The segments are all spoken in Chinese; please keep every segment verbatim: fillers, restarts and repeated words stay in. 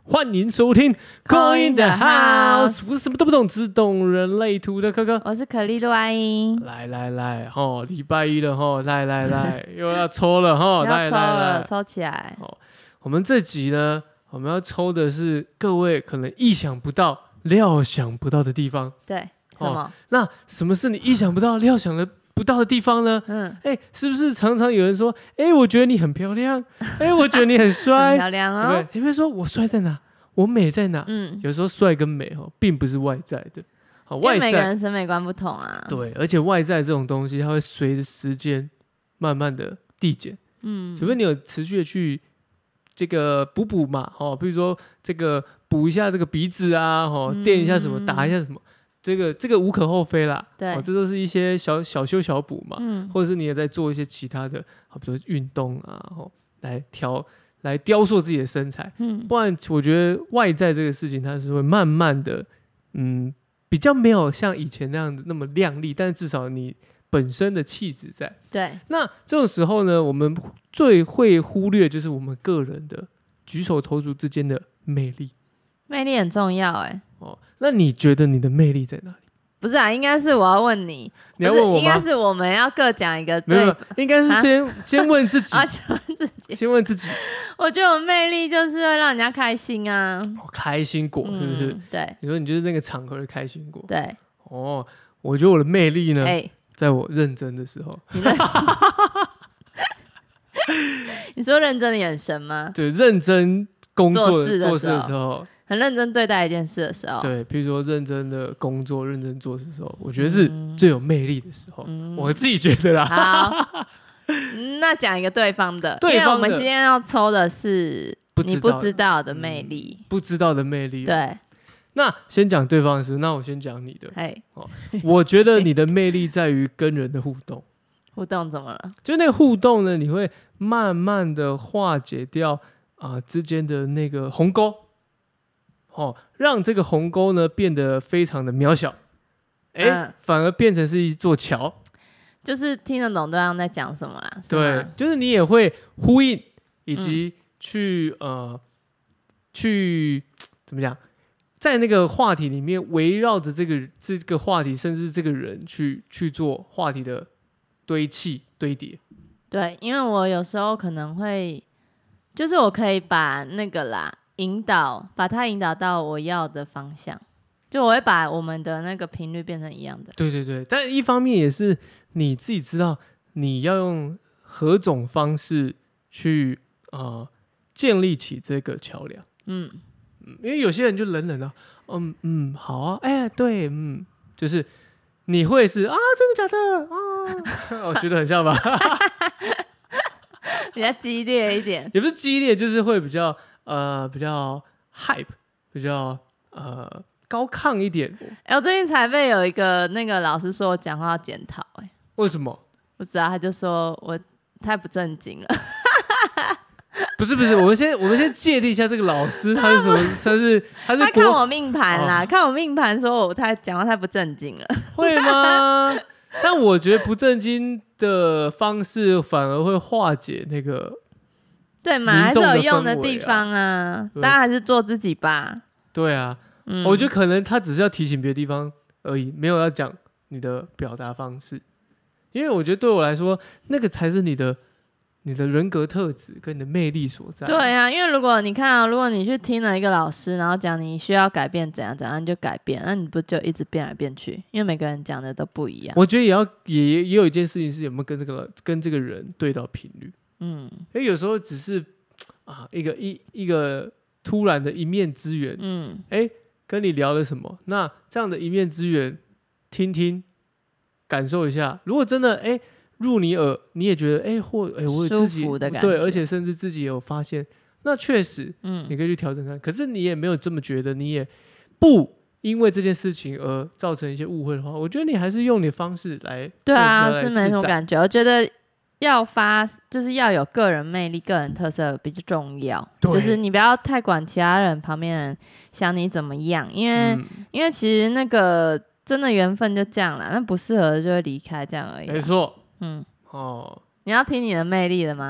欢迎收听 Call in the House， 我是什么都不懂，只懂人类图的科科。 我是可丽露阿英。 来来来，吼，礼拜一了吼，来来来，又要抽了吼， 要抽了， 来抽起来。 我们这集呢，我们要抽的是各位可能意想不到、料想不到的地方。 对，什么？哦、 那什么是你意想不到、料想的不到的地方呢？嗯，哎、欸，是不是常常有人说，哎、欸，我觉得你很漂亮，哎、欸，我觉得你很帅， 很漂亮哦， 对不对？你会说我帅在哪？我美在哪？嗯，有时候帅跟美哦，并不是外在的，好，外在因为每个人审美观不同啊。 对，而且外在这种东西，它会随着时间慢慢的递减。嗯，除非你有持续的去这个补补嘛，哦，比如说这个补一下这个鼻子啊，哦，垫一下什么，打一下什么。这个这个无可厚非啦， 对、 哦，这都是一些小小修小补嘛，嗯，或者是你也在做一些其他的，好，比如说运动啊，哦，来调来雕塑自己的身材，嗯，不然我觉得外在这个事情它是会慢慢的，嗯，比较没有像以前那样的那么亮丽，但是至少你本身的气质在， 对， 那这种时候呢，我们最会忽略就是我们个人的举手投足之间的魅力， 魅力很重要，哎。 哦，那你觉得你的魅力在哪里？ 不是啊，应该是我要问你， 你要问我吗？ 应该是我们要各讲一个， 没有，应该是先、啊、先问自己， 啊，先问自己， 先问自己。 我觉得我魅力就是会让人家开心啊， 哦、开心果是不是、 嗯？对， 你说你就是那个场合的开心果。 对， 哦，我觉得我的魅力呢， 欸、 在我认真的时候。 你, 你说认真的眼神吗？ 对，认真工作做事的时候。 做事的时候很认真对待一件事的时候， 对，譬如说认真的工作、认真做事的时候，我觉得是最有魅力的时候，嗯、我自己觉得啦。 好，那讲一个对方的， 对方的， 因为我们今天要抽的是你不知道的魅力， 嗯、不知道的魅力。 对， 那先讲对方的事，那我先讲你的。 嘿， 哦，我觉得你的魅力在于跟人的互动。 互动怎么了？ 就那个互动呢，你会慢慢的化解掉啊、呃、之间的那个鸿沟。哦，让这个鸿沟呢变得非常的渺小，哎、嗯，反而变成是一座桥， 就是听得懂对方在讲什么啦。 对，就是你也会呼应，以及去、嗯、呃，去怎么讲，在那个话题里面围绕着这个这个话题，甚至这个人去去做话题的堆砌堆叠。 对，因为我有时候可能会，就是我可以把那个啦。引导，把它引导到我要的方向，就我会把我们的那个频率变成一样的。 对对对，但一方面也是你自己知道你要用何种方式去呃建立起这个桥梁。嗯嗯，因为有些人就冷冷的，嗯嗯，好啊，哎、欸，对，嗯，就是你会是啊，真的假的啊？我觉得很像吧， 比较激烈一点， 也不是激烈，就是会比较。呃，比较 hype， 比较呃高亢一点。 哎、欸，我最近才被有一个那个老师说我讲话要检讨，哎， 为什么？ 不知道，他就说我太不正经了。 不是不是，我们先我们先界定一下这个老师他是什么？他是他是他看我命盘啦，哦、看我命盘说我太讲话太不正经了。 会吗？但我觉得不正经的方式反而会化解那个。 对嘛，还是有用的地方啊，大家还是做自己吧。 对啊，嗯、我觉得可能他只是要提醒别的地方而已，没有要讲你的表达方式。因为我觉得对我来说，那个才是你的你的人格特质跟你的魅力所在。 对啊，因为如果你看啊，如果你去听了一个老师，然后讲你需要改变怎样怎样，你就改变，那你不就一直变来变去？因为每个人讲的都不一样。 我觉得也要也也有一件事情是有没有跟这个跟这个人对到频率。嗯，因为有时候只是啊一个一一个突然的一面之缘，嗯，哎，跟你聊了什么？那这样的一面之缘，听听，感受一下。如果真的哎入你耳，你也觉得哎或哎我自己舒服的感觉， 对，而且甚至自己也有发现，那确实，嗯，你可以去调整看。可是你也没有这么觉得，你也不因为这件事情而造成一些误会的话，我觉得你还是用你的方式来， 对啊，是没什么感觉。我觉得。要发就是要有个人魅力、个人特色比较重要，就是你不要太管其他人、旁边人想你怎么样，因为、嗯、因为其实那个真的缘分就这样啦，那不适合就会离开这样而已。 没错， 嗯，哦，你要听你的魅力了吗？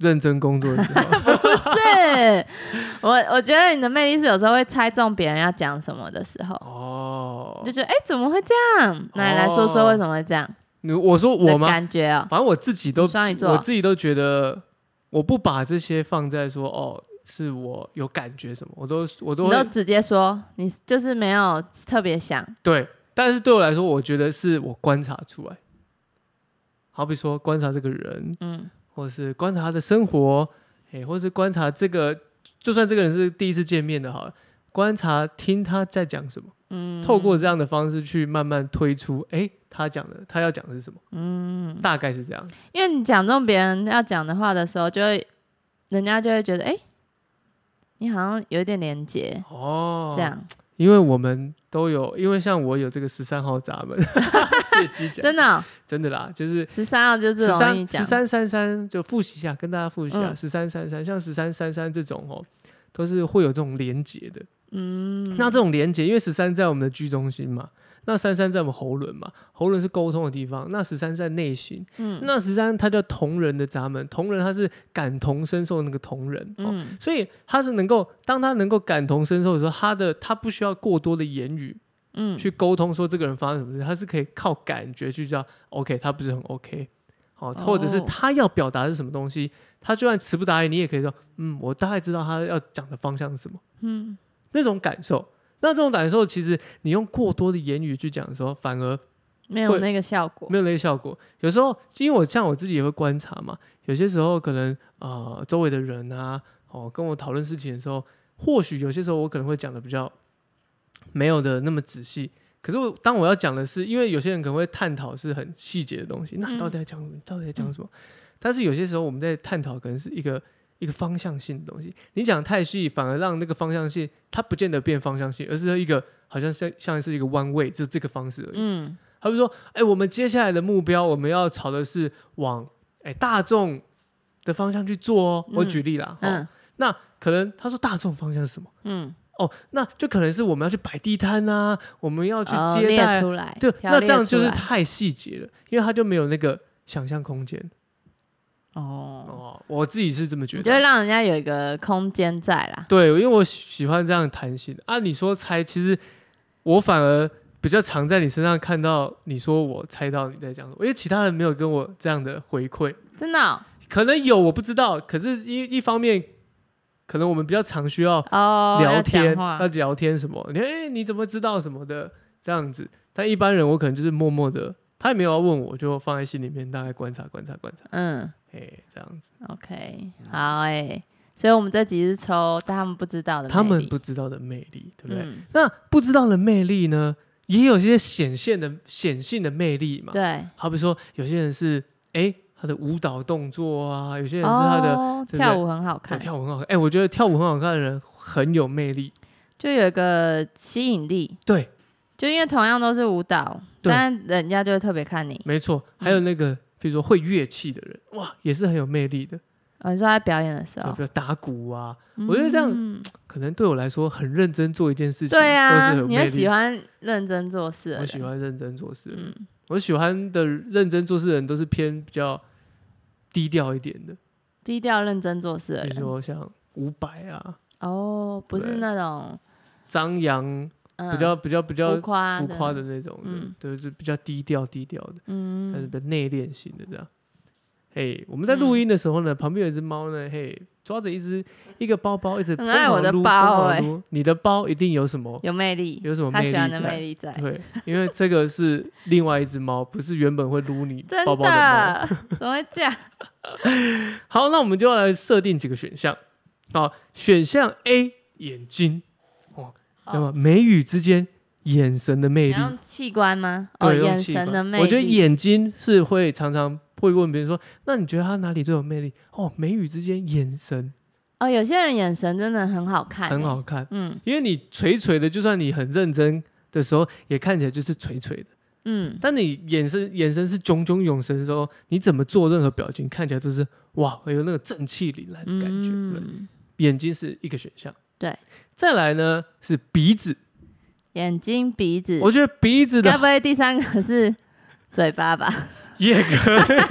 认真工作的时候。 不是，我我觉得你的魅力是有时候会猜中别人要讲什么的时候，哦，就觉得哎、欸、怎么会这样？那你来说说为什么会这样？ 哦、我说我吗？ 感觉哦， 反正我自己都我自己都觉得，我不把这些放在说哦。是我有感觉什么，我都我都会你都直接说，你就是没有特别想。 对，但是对我来说，我觉得是我观察出来。好比说观察这个人，嗯，或者是观察他的生活，哎，或者是观察这个，就算这个人是第一次见面的，好了，观察听他在讲什么，嗯，透过这样的方式去慢慢推出，哎，他讲的，他要讲的是什么，嗯，大概是这样。 因为你讲中别人要讲的话的时候，就会人家就会觉得，哎。你好像有一点连结哦，这样， 因为我们都有，因为像我有这个十三号闸门， 真的、哦、 真的啦，就是十三号就是容易讲， 十三三三就复习一下，跟大家复习一下，十三三三像十三三三这种哦，都是会有这种连结的，嗯，那这种连结，因为十三在我们的居中心嘛。那三三在我们喉轮嘛，喉轮是沟通的地方。那十三在内心，嗯，那十三它叫同人的闸门，同人它是感同身受的那个同人，嗯，哦、所以他是能够，当他能够感同身受的时候，他的他不需要过多的言语，嗯，去沟通说这个人发生什么事，他是可以靠感觉去叫 OK， 他不是很 OK， 好、哦，或者是他要表达的是什么东西，他就算词不达意，你也可以说，嗯，我大概知道他要讲的方向是什么，嗯，那种感受。那这种感受，其实你用过多的言语去讲的时候，反而没有那个效果， 没有那个效果。有时候，因为我像我自己也会观察嘛，有些时候可能呃周围的人啊，哦跟我讨论事情的时候，或许有些时候我可能会讲的比较没有的那么仔细。可是我当我要讲的是，因为有些人可能会探讨是很细节的东西，那你到底在讲什么？你到底在讲什么？嗯、但是有些时候我们在探讨，可能是一个。一个方向性的东西，你讲太细，反而让那个方向性它不见得变方向性，而是一个好像像像是一个弯位，就这个方式而已。嗯，他比如说，哎，我们接下来的目标，我们要朝的是往哎大众的方向去做哦。嗯、我举例啦，嗯、哦，那可能他说大众方向是什么？嗯，哦，那就可能是我们要去摆地摊啊，我们要去接待， 哦、出来， 就那这样就是太细节了，因为他就没有那个想象空间。哦, 哦，我自己是这么觉得， 你就会让人家有一个空间在啦。 对，因为我喜欢这样弹性啊。你说猜，其实我反而比较常在你身上看到你说我猜到你在讲什么，因为其他人没有跟我这样的回馈。 真的、哦？ 可能有，我不知道。可是一一方面，可能我们比较常需要聊天，哦、要, 要聊天什么？你哎，你怎么知道什么的这样子？但一般人我可能就是默默的，他也没有要问我，就放在心里面，大概观察观察观察。嗯。哎、欸，这样子 ，OK， 好哎、欸，所以我们这集是抽但他们不知道的魅力， 他们不知道的魅力，对不对？嗯、那不知道的魅力呢，也有些显现的显性的魅力嘛。 对， 好比说有些人是哎、欸、他的舞蹈动作啊，有些人是他的、 哦、跳舞很好看， 跳舞很好看。哎、欸，我觉得跳舞很好看的人很有魅力， 就有一个吸引力。 对， 就因为同样都是舞蹈，但人家就会特别看你。 没错，还有那个。嗯比如说会乐器的人，哇，也是很有魅力的。 哦，你说在表演的时候， 比如打鼓啊，嗯、我觉得这样可能对我来说很认真做一件事情， 对啊， 都是很有魅力。 你喜欢认真做事的人， 我喜欢认真做事的人、嗯。我喜欢的认真做事的人都是偏比较低调一点的， 低调认真做事的人， 比如说像伍佰啊， 哦，不是那种张扬。比较比较比较浮夸浮夸的那种的，嗯、对，就比较低调低调的，嗯，但是比较内敛型的这样。嘿，我们在录音的时候呢，嗯、旁边有一只猫呢，嘿，抓着一只一个包包，一直很爱我的包哎、 欸，你的包一定有什么有魅力， 有什么魅力在？ 他喜欢的魅力在。 对，因为这个是另外一只猫，不是原本会撸你包包的猫， 怎么会这样？ 好，那我们就要来设定几个选项。好，选项 A 眼睛。那么眉宇之间眼神的魅力， 用器官吗？ 对， 哦、眼神的魅力。 我觉得眼睛是会常常会问别人说，那你觉得他哪里最有魅力？哦，眉宇之间眼神。 哦，有些人眼神真的很好看、欸， 很好看。嗯，因为你垂垂的，就算你很认真的时候，也看起来就是垂垂的。嗯，但你眼神眼神是炯炯有神的时候，你怎么做任何表情，看起来都是哇，有那个正气凛然的感觉。嗯、对，眼睛是一个选项。 对， 再来呢是鼻子， 眼睛、鼻子， 我觉得鼻子的， 该不会第三个是嘴巴吧？ 也可以，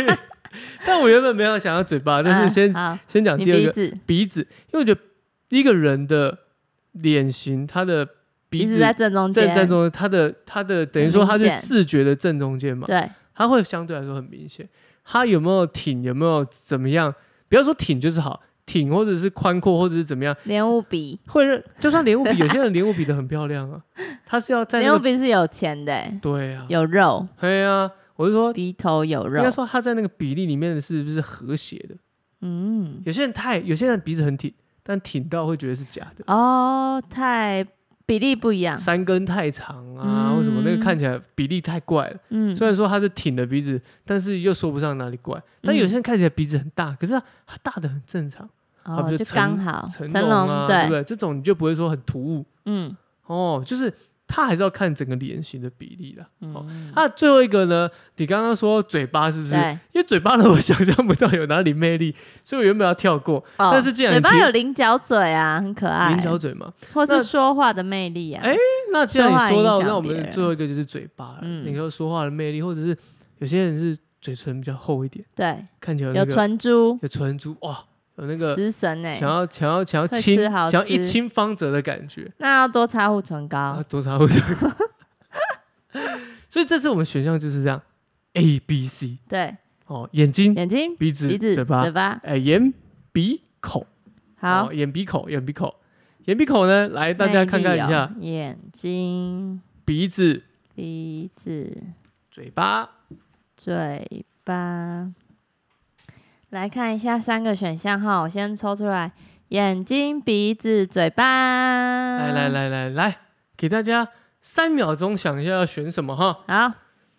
但我原本没有想要嘴巴，但是先、嗯、先讲第二个鼻子， 鼻子，因为我觉得一个人的脸型，他的鼻子在正中间， 正中间，他的他的等于说他是视觉的正中间嘛， 对， 他会相对来说很明显。他有没有挺，有没有怎么样？不要说挺就是好，挺或者是宽阔或者是怎么样， 莲雾鼻会认，就算莲雾鼻，有些人莲雾鼻的很漂亮啊，他是要在、那個、 莲雾鼻是有钱的， 对啊， 有肉， 对啊，我是说鼻头有肉， 应该说他在那个比例里面是不是和谐的？嗯，有些人太，有些人鼻子很挺，但挺到会觉得是假的哦，太。比例不一样， 三根太长啊，嗯、或什么那个看起来比例太怪了。嗯，虽然说他是挺的鼻子，但是又说不上哪里怪。但有些人看起来鼻子很大，可是他他大的很正常， 哦，就刚好成龙啊，对不对？这种你就不会说很突兀。嗯，哦，就是他还是要看整个脸型的比例啦。嗯，哦，那最后一个呢？你刚刚说嘴巴是不是？因为嘴巴呢，我想象不到有哪里魅力，所以我原本要跳过。哦、但是既然嘴巴有菱角嘴啊，很可爱。 菱角嘴嘛， 或是说话的魅力啊。 哎，那既然你说到，那我们最后一个就是嘴巴了。嗯，你说说话的魅力，或者是有些人是嘴唇比较厚一点， 对， 看起来、 那個、有唇珠， 有唇珠，哇。有那个食神哎、欸， 想要想要想要亲，想要一亲芳泽的感觉， 那要多擦护唇膏，啊、 多擦护唇膏。所以这次我们选项就是这样 ，A、B、C。 对， 哦，眼睛、 眼睛、 鼻子、 鼻子、 嘴巴、 嘴巴， 哎、呃，眼、鼻、口。 好、 哦，眼、鼻、口，眼、鼻、口，眼、鼻、口呢？来，大家看看一下， 哦、眼睛、 鼻子、 鼻子、 嘴巴、 嘴巴。来看一下三个选项哈，我先抽出来：眼睛、鼻子、嘴巴。 来来来来来，给大家三秒钟想一下要选什么哈。 好，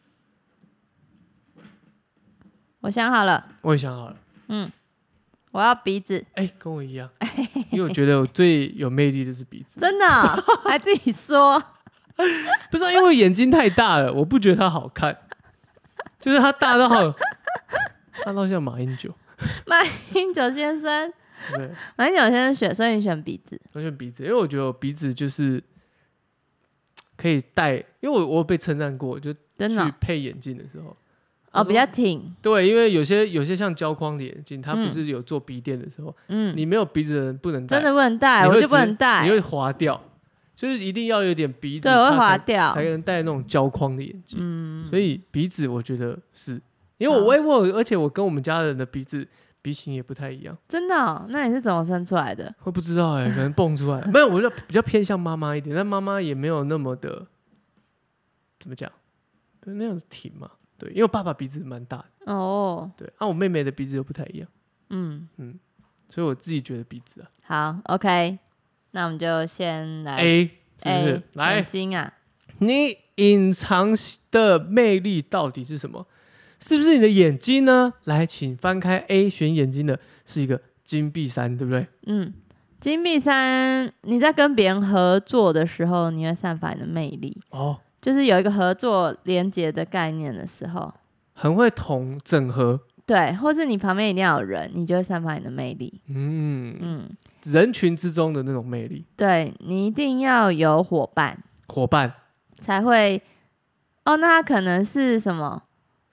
我想好了。 我也想好了。嗯， 我要鼻子。 哎、欸，跟我一样，因为我觉得我最有魅力的是鼻子。 真的、哦？还自己说？ 不是、啊，因为眼睛太大了，我不觉得它好看，就是它大到大到像马英九。 马英九先生，对，马英九先生选，所以你选鼻子。 我选鼻子，因为我觉得我鼻子就是可以戴，因为我我被称赞过，就去配眼鏡的时候， 哦，比较挺。 对，因为有些有些像胶框的眼鏡，它不是有做鼻墊的时候，嗯，你没有鼻子的人不能戴， 真的不能戴，我就不能戴， 你会滑掉，就是一定要有点鼻子， 对，会滑掉， 才能戴那种胶框的眼鏡。嗯，所以鼻子我觉得是。因为我我我，而且我跟我们家人的鼻子鼻型也不太一样， 真的、哦？那你是怎么生出来的？ 我不知道哎、欸，可能蹦出来。没有，我就比较偏向妈妈一点，但妈妈也没有那么的怎么讲，对那样子挺嘛。对，因为我爸爸鼻子蛮大的哦，对，啊，我妹妹的鼻子又不太一样，嗯嗯，所以我自己觉得鼻子啊。 好 ，OK， 那我们就先来 A， 是不是？ A, 来， 眼睛啊， 你隐藏的魅力到底是什么？是不是你的眼睛呢？来，请翻开 A， 选眼睛的是一个金币三，对不对？嗯， 金币三，你在跟别人合作的时候，你会散发你的魅力哦，就是有一个合作连结的概念的时候， 很会统整合， 对，或是你旁边一定要有人，你就会散发你的魅力。嗯嗯，人群之中的那种魅力， 对，你一定要有伙伴， 伙伴才会哦。那他可能是什么？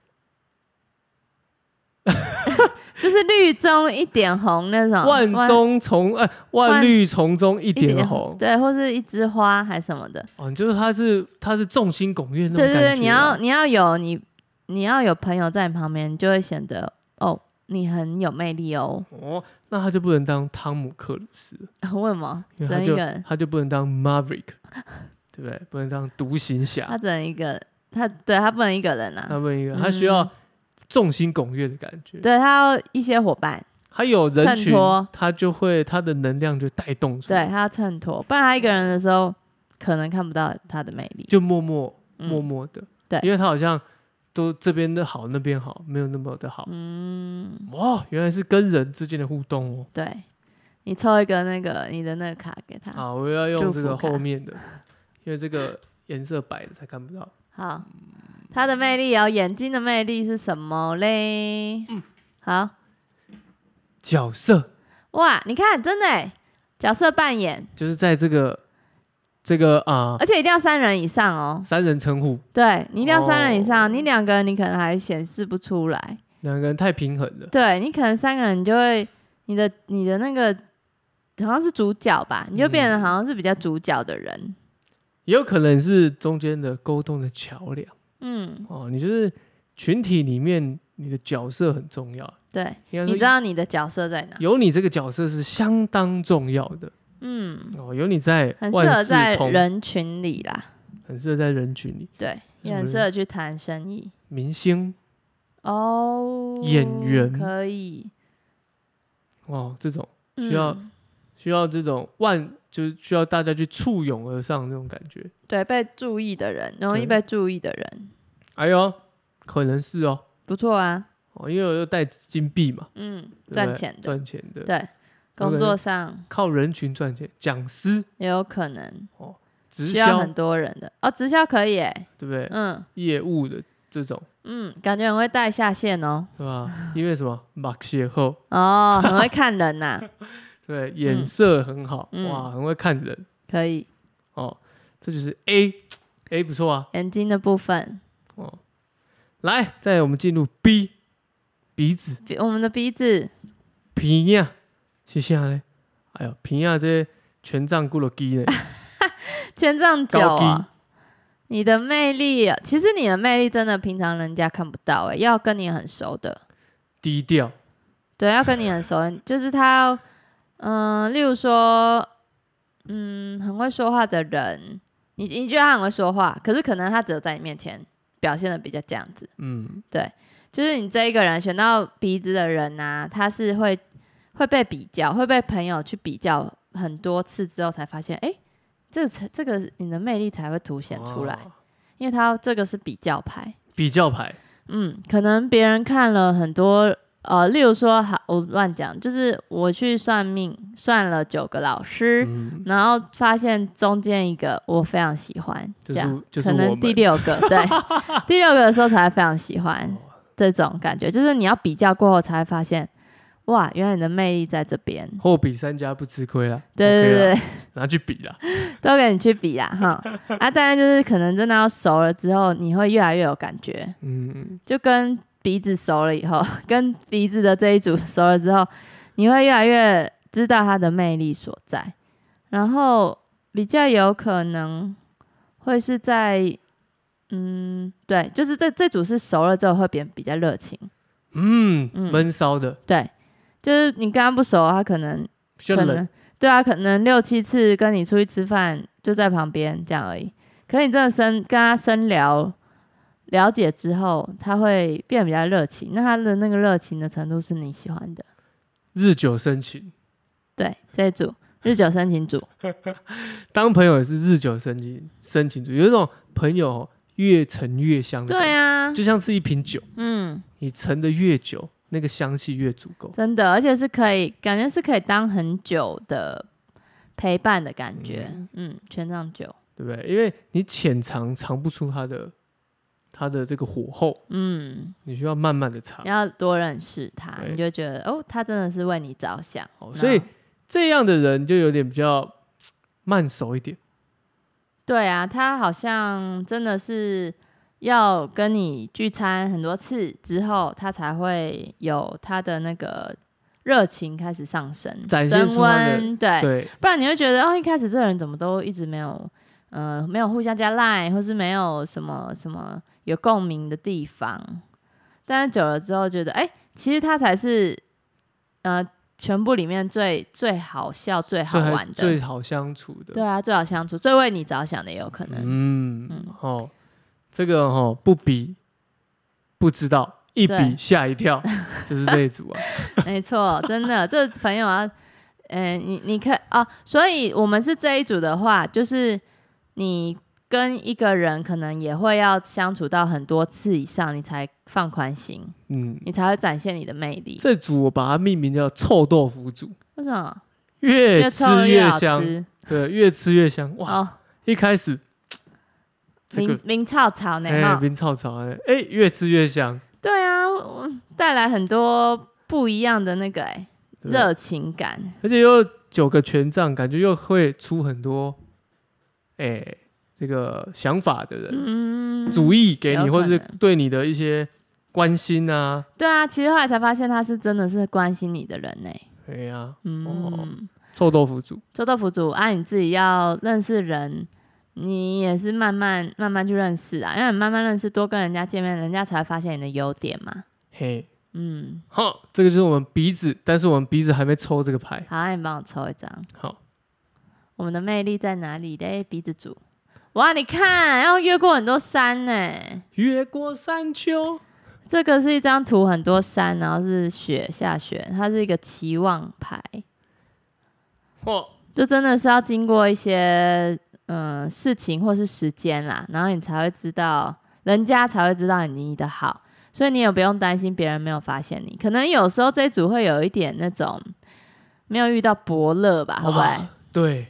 就是绿中一点红那种， 万中从呃万绿丛中一点红， 对，或是一枝花还什么的。 哦，就是它是它是众星拱月那种感觉、啊。 对对对，你要你要有你你要有朋友在你旁边，就会显得哦，你很有魅力哦。 哦，那他就不能当汤姆克鲁斯了。 为什么？ 因为他就他就不能当 Maverick， 对不对？不能当独行侠。 他只能一个，他对他不能一个人啊， 他不能一个人，他需要。众星拱月的感觉， 对，他要一些伙伴， 他有人群，他就会他的能量就带动出来， 对，他要衬托，不然他一个人的时候可能看不到他的魅力， 就默默默默的、嗯， 对， 因为他好像都这边的好，那边好，没有那么的好，嗯，哇，原来是跟人之间的互动哦， 对，你抽一个那个你的那个卡给他， 好，我要用这个后面的，因为这个颜色白的才看不到， 好。他的魅力哦，眼睛的魅力是什么嘞？嗯，好， 角色哇，你看，真的耶，角色扮演就是在这个这个啊、呃， 而且一定要三人以上哦， 三人称呼， 对你一定要三人以上，哦、你两个人你可能还显示不出来， 两个人太平衡了。 对，你可能三个人就会，你的你的那个好像是主角吧，你就变成好像是比较主角的人。嗯、 也有可能是中间的沟通的桥梁。嗯，哦，你就是群体里面你的角色很重要。 对，你知道你的角色在哪？ 有你这个角色是相当重要的。嗯，哦，有你在， 很适合在人群里啦， 很适合在人群里。 对，也很适合去谈生意。 明星哦， 演员可以。 哦，这种需要、嗯、需要这种万，就是需要大家去簇拥而上那种感觉。 对，被注意的人，容易被注意的人。 哎呦，可能是哦， 不错啊。 哦，因为我又带金币嘛， 嗯，赚钱的， 赚钱的， 对，工作上靠人群赚钱，讲师也有可能哦，直销需要很多人的哦，直销可以哎， 对不对？嗯，业务的这种， 嗯，感觉很会带下线哦， 对吧？因为什么？马歇后哦，很会看人呐、啊， 对，眼色很好，嗯、哇，很会看人， 可以哦，这就是 A，A 不错啊， 眼睛的部分哦，来，再我们进入 B。鼻子， 我们的鼻子， 鼻呀，是啥呢？哎呦，鼻呀，这权杖骨头肌呢？ 权杖九啊！你的魅力，其实你的魅力真的平常人家看不到哎、欸，要跟你很熟的， 低调。 对，要跟你很熟，就是他，嗯、呃，例如说，嗯，很会说话的人，你你觉得他很会说话，可是可能他只有在你面前表现的比较这样子，嗯，对。就是你这一个人选到鼻子的人啊，他是会会被比较，会被朋友去比较很多次之后，才发现，哎、欸，这个这个你的魅力才会凸显出来，哦、因为他这个是比较牌， 比较牌， 嗯，可能别人看了很多，呃，例如说，好，我乱讲，就是我去算命，算了九个老师，嗯、然后发现中间一个我非常喜欢，这样， 就是、 可能第六个，对，第六个的时候才非常喜欢。这种感觉就是你要比较过后才会发现，哇，原来你的魅力在这边。 货比三家不吃亏啦。 对对对， okay、拿去比啦， 都给你去比啦哈。啊，当然就是可能真的要熟了之后，你会越来越有感觉。嗯，就跟鼻子熟了以后，跟鼻子的这一组熟了之后，你会越来越知道它的魅力所在。然后比较有可能会是在。嗯，对，就是这这组是熟了之后会变比较热情， 嗯，闷骚的， 对，就是你跟他不熟，他可能可能对啊，可能六七次跟你出去吃饭就在旁边这样而已，可是你真的深跟他深聊了解之后，他会变得比较热情，那他的那个热情的程度是你喜欢的， 日久生情， 对，这一组日久生情组， 当朋友也是日久生情生情组，有一种朋友。越陈越香的， 对啊， 就像是一瓶酒，嗯，你陈的越久，那个香气越足够， 真的，而且是可以，感觉是可以当很久的陪伴的感觉，嗯，嗯权杖酒， 对不对？因为你浅尝尝不出它的它的这个火候，嗯，你需要慢慢的尝， 你要多认识他，你就觉得哦，他真的是为你着想， 哦、所以这样的人就有点比较慢熟一点。 对啊，他好像真的是要跟你聚餐很多次之后，他才会有他的那个热情开始上升， 展现出他的增温，对， 对， 不然你会觉得哦，一开始这个人怎么都一直没有，呃，没有互相加 line， 或是没有什么什么有共鸣的地方，但是久了之后觉得，哎，其实他才是，呃。全部里面最最好笑、最好玩的、 最好相处的， 对啊，最好相处、最为你着想的也有可能。嗯嗯，哦，这个哦不比不知道，一比吓一跳，就是这一组啊。 没错，真的，这朋友啊，嗯、呃，你你可以哦，所以我们是这一组的话，就是你跟一个人可能也会要相处到很多次以上，你才放宽心，嗯，你才会展现你的魅力。 这组我把它命名叫臭豆腐组， 为什么？ 越吃越香，越对，越吃越香。哇，哦、一开始明明草草呢， 哎，明草草哎，哎，越吃越香。 对啊，带来很多不一样的那个哎热情感， 而且又九个权杖，感觉又会出很多哎。这个想法的人，嗯、主意给你，或者是对你的一些关心啊。 对啊，其实后来才发现他是真的是关心你的人呢、欸。 对呀、啊， 嗯、 哦，臭豆腐组， 臭豆腐组啊，你自己要认识人，你也是慢慢慢慢去认识啊，因为你慢慢认识，多跟人家见面，人家才会发现你的优点嘛。 嘿， 嗯， 好，这个就是我们鼻子，但是我们鼻子还没抽这个牌。 好，你帮我抽一张。 好， 我们的魅力在哪里嘞？鼻子组。哇，你看，要越过很多山呢。 越过山丘。 这个是一张图，很多山，然后是雪下雪，它是一个期望牌。 哦， 就真的是要经过一些嗯事情或是时间啦，然后你才会知道，人家才会知道你的好，所以你也不用担心别人没有发现你。可能有时候这一组会有一点那种没有遇到伯乐吧，会不会？ 对，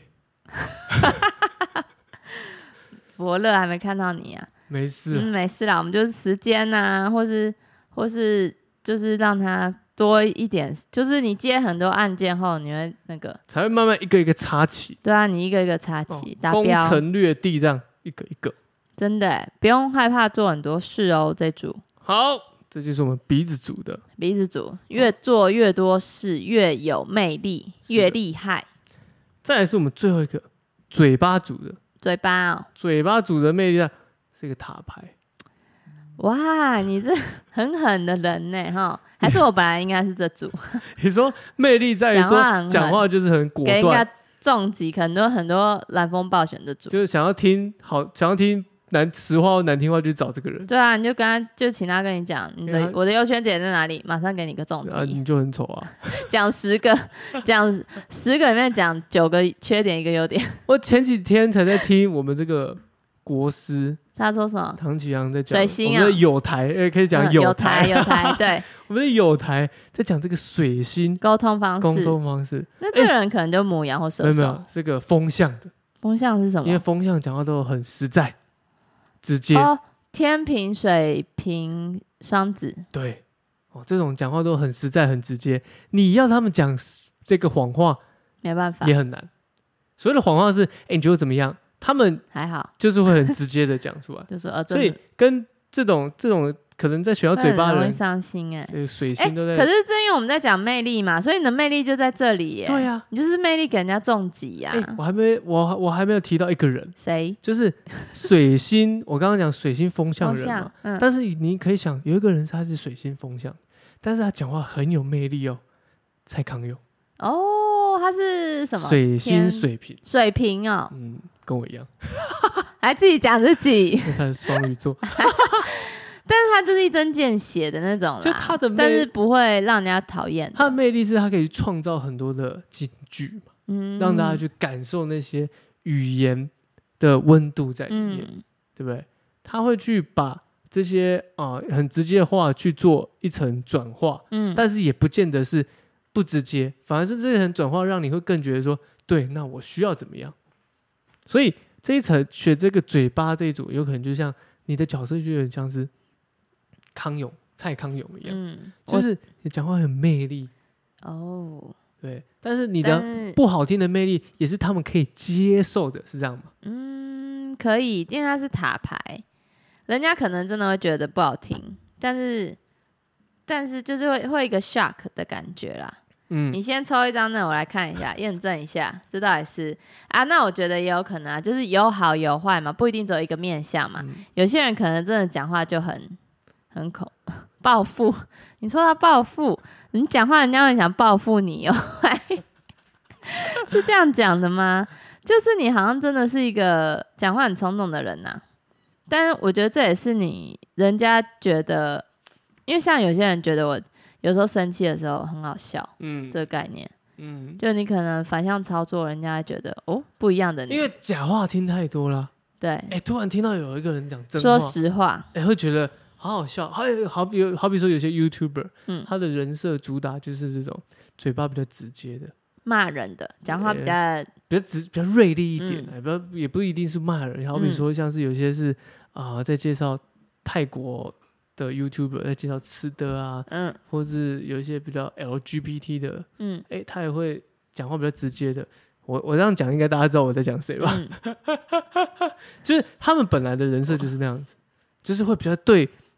伯乐还没看到你啊。 没事、 嗯，没事啦，我们就是时间啊，或是或是就是让他多一点，就是你接很多案件后，你会那个才会慢慢一个一个插起。 对啊，你一个一个插起、哦、达标， 攻城略地这样一个一个， 真的耶不用害怕做很多事哦。这组好，这就是我们鼻子组的鼻子组，越做越多事，越有魅力，越厉害。 再来是我们最后一个嘴巴组的， 嘴巴哦， 嘴巴组的魅力呢？是一个塔牌。 哇，你这很狠的人呢，哈！还是我本来应该是这组。 你说魅力在于说讲话就是很果断， 给人家重击，很多很多蓝风暴选的组， 就是想要听好，想要听难实话或难听话，就找这个人。 对啊，你就跟他，就请他跟你讲，你的我的优缺点在哪里，马上给你个重击。 啊，你就很丑啊！ 讲十个，讲十个里面讲九个缺点，一个优点。 我前几天才在听我们这个国师。 他说什么？ 唐启阳在讲水星啊， 我们的友台，欸、可以讲友台， 友台，友台，对， 我们的友台在讲这个水星沟通方式， 沟通方式。 那这个人可能就牡羊或射手， 欸、没有没有，是个风象的。 风象是什么？ 因为风象讲话都很实在、直接。 哦，天秤、水瓶、双子， 对，哦，这种讲话都很实在、很直接。你要他们讲这个谎话， 没办法， 也很难。所谓的谎话是，哎、欸，你觉得怎么样？他们还好， 就是会很直接的讲出来， 就说、哦、 所以跟这种这种可能在学校嘴巴的人， 会伤心哎、 欸，水星都在、 欸。可是正因为我们在讲魅力嘛，所以你的魅力就在这里耶。 对呀、啊， 你就是魅力给人家重击呀、 欸。我还没我我还没有提到一个人， 谁？ 就是水星。我刚刚讲水星风象人嘛， 嗯、 但是你可以想，有一个人他是水星风象，但是他讲话很有魅力哦，蔡康永。 哦，他是什么？ 水星水瓶， 水瓶哦， 嗯，跟我一样， 还自己讲自己， 因为他是双鱼座， 但是他就是一针见血的那种啦， 就他的魅， 但是不会让人家讨厌。 他的魅力是他可以创造很多的金句嘛，嗯，让大家去感受那些语言的温度在里面，嗯、对不对？他会去把这些啊、呃、很直接的话去做一层转化，嗯，但是也不见得是。不直接，反而是这一层转化让你会更觉得说，对，那我需要怎么样？所以这一层选这个嘴巴这一组，有可能就像你的角色就有点像是康永、蔡康永一样，嗯、就是你讲话很魅力哦，对，但是你的不好听的魅力也是他们可以接受的，是这样吗？ 嗯，可以，因为它是塔牌，人家可能真的会觉得不好听，但是但是就是会会一个 shock 的感觉啦。嗯，你先抽一张，那我来看一下，验证一下，这到底是啊？那我觉得也有可能啊，就是有好有坏嘛，不一定只有一个面向嘛。嗯、有些人可能真的讲话就很很恐报复，你说他报复，你讲话人家会想报复你哦，是这样讲的吗？就是你好像真的是一个讲话很冲动的人呐、啊，但是我觉得这也是你人家觉得，因为像有些人觉得我。有时候生气的时候很好笑，嗯，这个概念，嗯，就你可能反向操作，人家会觉得哦不一样的你， 因为假话听太多了， 对， 哎、欸，突然听到有一个人讲真话， 说实话， 哎、欸，会觉得好好笑，好好比好比说有些 YouTuber， 嗯，他的人设主打就是这种嘴巴比较直接的， 骂人的，讲话比较、 欸、比较直比较锐利一点，嗯、欸，不也不一定是骂人，好比说像是有些是啊、呃、在介绍泰国。的 YouTuber 在介绍吃的啊，嗯，或是有一些比较 L G B T 的，嗯，哎、欸，他也会讲话比较直接的。我我这样讲，应该大家知道我在讲谁吧？嗯、就是他们本来的人设就是那样子，就是会比较对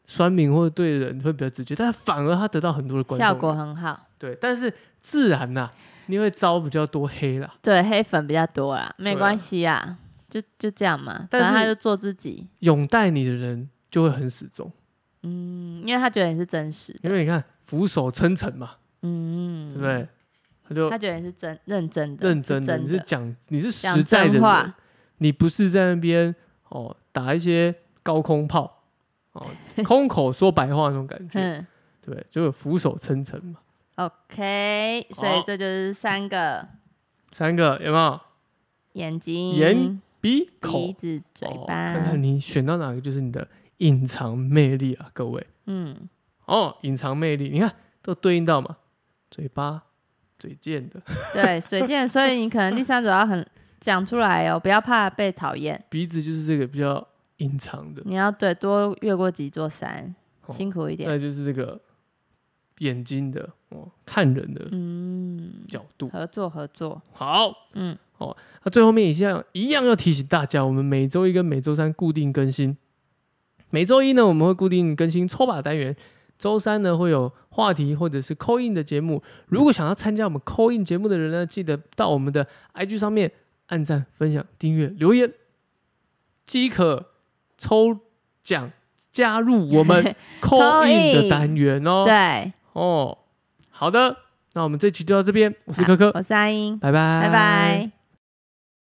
酸民或者对人会比较直接，但反而他得到很多的观众， 效果很好。 对，但是自然呐、啊，你会招比较多黑啦， 对，黑粉比较多啦，没关系啊，就就这样嘛。但是他就做自己， 拥戴你的人就会很始终。 嗯，因为他觉得你是真实的， 因为你看俯首称臣嘛， 嗯， 对不对？他就他觉得你是真认真的， 认真的， 的你是讲你是实在的人，你不是在那边哦打一些高空炮哦，空口说白话那种感觉，嗯，对，就有俯首称臣嘛。 OK， 所以这就是三个， 三个有没有？ 眼睛、 眼、鼻、口、 鼻子、嘴巴， 哦，看看你选到哪个就是你的隐藏魅力啊，各位。嗯，哦，隐藏魅力，你看都对应到嘛，嘴巴、嘴贱的， 对，嘴贱，所以你可能第三者要很讲出来哦，不要怕被讨厌。 鼻子就是这个比较隐藏的， 你要对多越过几座山，哦，辛苦一点。 再就是这个眼睛的哦，看人的角度， 嗯，合作合作， 好，嗯，哦，那最后面一样一样要提醒大家，我们每周一跟每周三固定更新。每周一呢，我们会固定更新抽把单元；周三呢，会有话题或者是 call in 的节目。如果想要参加我们 call in 节目的人呢，记得到我们的 I G 上面按赞、分享、订阅、留言，即可抽奖加入我们 call in 的单元哦。 对， 哦，好的，那我们这期就到这边。我是柯柯， 我是阿英， 拜拜， 拜拜。